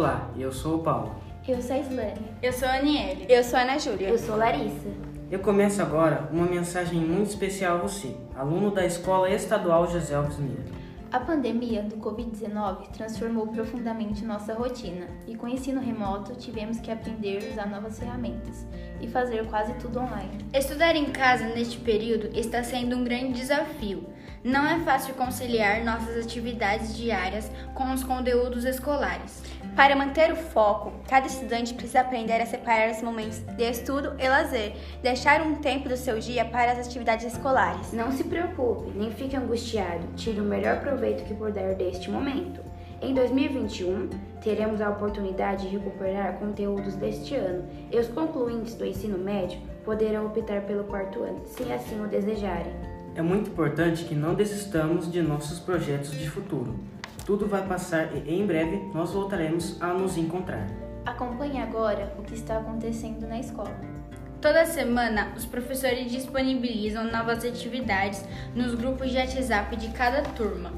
Olá, eu sou o Paulo. Eu sou a Islane. Eu sou a Aniele. Eu sou a Ana Júlia. Eu sou a Larissa. Eu começo agora uma mensagem muito especial a você, aluno da Escola Estadual José Alves Mira. A pandemia do Covid-19 transformou profundamente nossa rotina e com o ensino remoto tivemos que aprender a usar novas ferramentas e fazer quase tudo online. Estudar em casa neste período está sendo um grande desafio. Não é fácil conciliar nossas atividades diárias com os conteúdos escolares. Para manter o foco, cada estudante precisa aprender a separar os momentos de estudo e lazer, deixar um tempo do seu dia para as atividades escolares. Não se preocupe, nem fique angustiado, tire o melhor proveito que puder deste momento. Em 2021, teremos a oportunidade de recuperar conteúdos deste ano e os concluintes do ensino médio poderão optar pelo quarto ano, se assim o desejarem. É muito importante que não desistamos de nossos projetos de futuro. Tudo vai passar e em breve nós voltaremos a nos encontrar. Acompanhe agora o que está acontecendo na escola. Toda semana, os professores disponibilizam novas atividades nos grupos de WhatsApp de cada turma.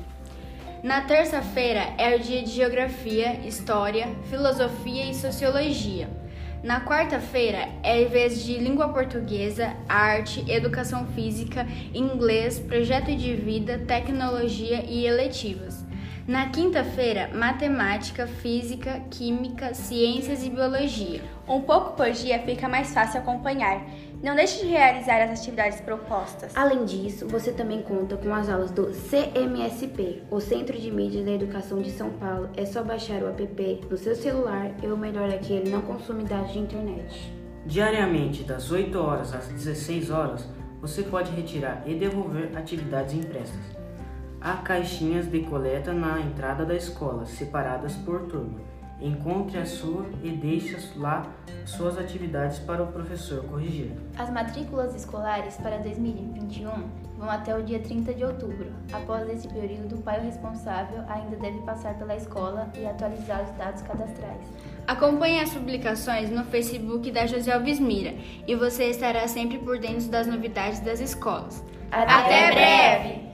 Na terça-feira é o dia de Geografia, História, Filosofia e Sociologia. Na quarta-feira é a vez de Língua Portuguesa, Arte, Educação Física, Inglês, Projeto de Vida, Tecnologia e Eletivas. Na quinta-feira, Matemática, Física, Química, Ciências e Biologia. Um pouco por dia fica mais fácil acompanhar. Não deixe de realizar as atividades propostas. Além disso, você também conta com as aulas do CMSP, o Centro de Mídias da Educação de São Paulo. É só baixar o app no seu celular e o melhor é que ele não consome dados de internet. Diariamente, das 8 horas às 16 horas, você pode retirar e devolver atividades impressas. Há caixinhas de coleta na entrada da escola, separadas por turma. Encontre a sua e deixe lá suas atividades para o professor corrigir. As matrículas escolares para 2021 vão até o dia 30 de outubro. Após esse período, o pai responsável ainda deve passar pela escola e atualizar os dados cadastrais. Acompanhe as publicações no Facebook da José Alves Mira e você estará sempre por dentro das novidades das escolas. Até breve!